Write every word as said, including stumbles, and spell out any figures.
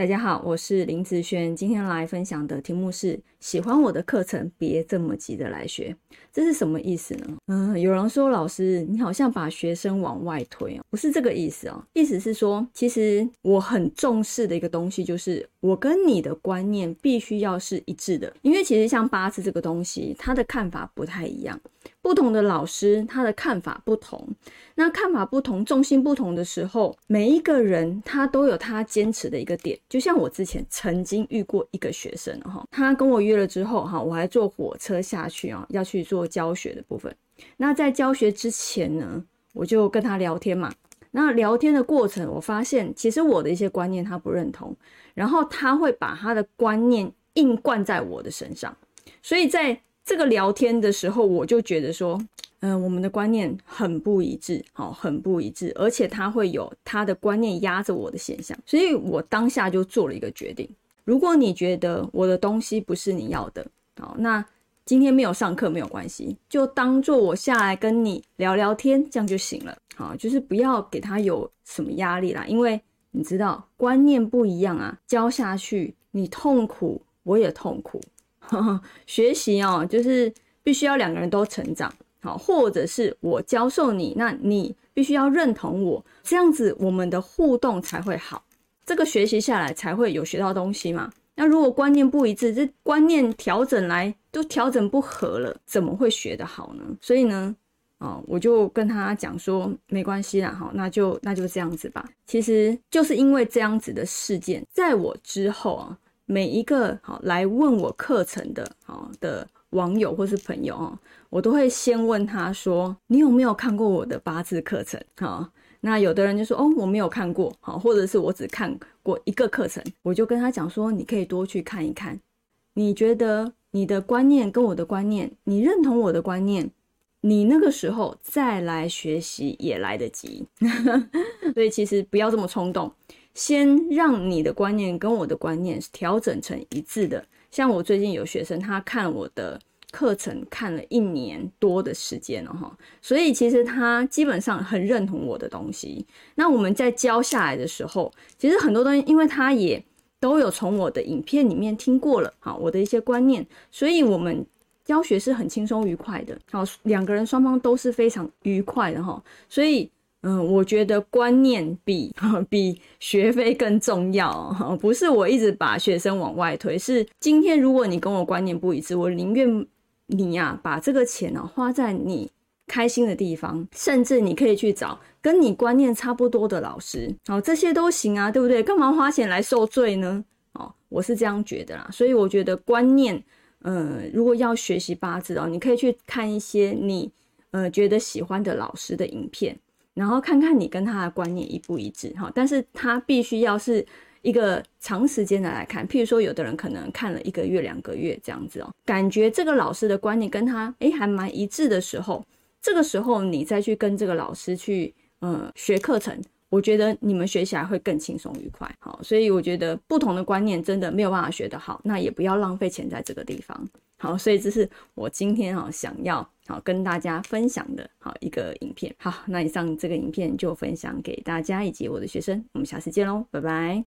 大家好，我是林子轩，今天来分享的题目是喜欢我的课程别这么急的来学。这是什么意思呢？嗯，有人说老师你好像把学生往外推，不是这个意思哦。意思是说其实我很重视的一个东西就是我跟你的观念必须要是一致的，因为其实像八字这个东西他的看法不太一样，不同的老师他的看法不同，那看法不同重心不同的时候，每一个人他都有他坚持的一个点。就像我之前曾经遇过一个学生，他跟我约了之后我还坐火车下去要去做教学的部分。那在教学之前呢，我就跟他聊天嘛，那聊天的过程我发现其实我的一些观念他不认同，然后他会把他的观念硬灌在我的身上，所以在这个聊天的时候我就觉得说嗯、呃，我们的观念很不一致、哦、很不一致，而且他会有他的观念压着我的现象，所以我当下就做了一个决定，如果你觉得我的东西不是你要的、哦、那今天没有上课没有关系，就当做我下来跟你聊聊天，这样就行了。好，就是不要给他有什么压力啦，因为你知道观念不一样啊，教下去你痛苦我也痛苦学习哦，就是必须要两个人都成长，好，或者是我教授你，那你必须要认同我，这样子我们的互动才会好，这个学习下来才会有学到东西嘛。那如果观念不一致，这观念调整来都调整不合了，怎么会学得好呢？所以呢哦，我就跟他讲说没关系啦，好，那就那就这样子吧。其实就是因为这样子的事件，在我之后啊，每一个好来问我课程的好的网友或是朋友哦，我都会先问他说你有没有看过我的八字课程。好，那有的人就说哦我没有看过，好，或者是我只看过一个课程，我就跟他讲说你可以多去看一看，你觉得你的观念跟我的观念，你认同我的观念，你那个时候再来学习也来得及所以其实不要这么冲动，先让你的观念跟我的观念调整成一致的。像我最近有学生他看我的课程看了一年多的时间了，所以其实他基本上很认同我的东西。那我们在教下来的时候，其实很多东西因为他也都有从我的影片里面听过了我的一些观念，所以我们教学是很轻松愉快的，两个人双方都是非常愉快的，所以嗯，我觉得观念比比学费更重要，不是我一直把学生往外推，是今天如果你跟我观念不一致，我宁愿你啊把这个钱啊花在你开心的地方，甚至你可以去找跟你观念差不多的老师，好，这些都行啊，对不对？干嘛花钱来受罪呢？哦，我是这样觉得啦，所以我觉得观念呃，如果要学习八字哦，你可以去看一些你呃觉得喜欢的老师的影片，然后看看你跟他的观念一不一致，但是他必须要是一个长时间的来看，譬如说有的人可能看了一个月两个月这样子哦，感觉这个老师的观念跟他诶还蛮一致的时候，这个时候你再去跟这个老师去呃学课程，我觉得你们学起来会更轻松愉快。好，所以我觉得不同的观念真的没有办法学得好，那也不要浪费钱在这个地方。好，所以这是我今天好想要好跟大家分享的好一个影片。好，那以上这个影片就分享给大家以及我的学生，我们下次见咯，拜拜。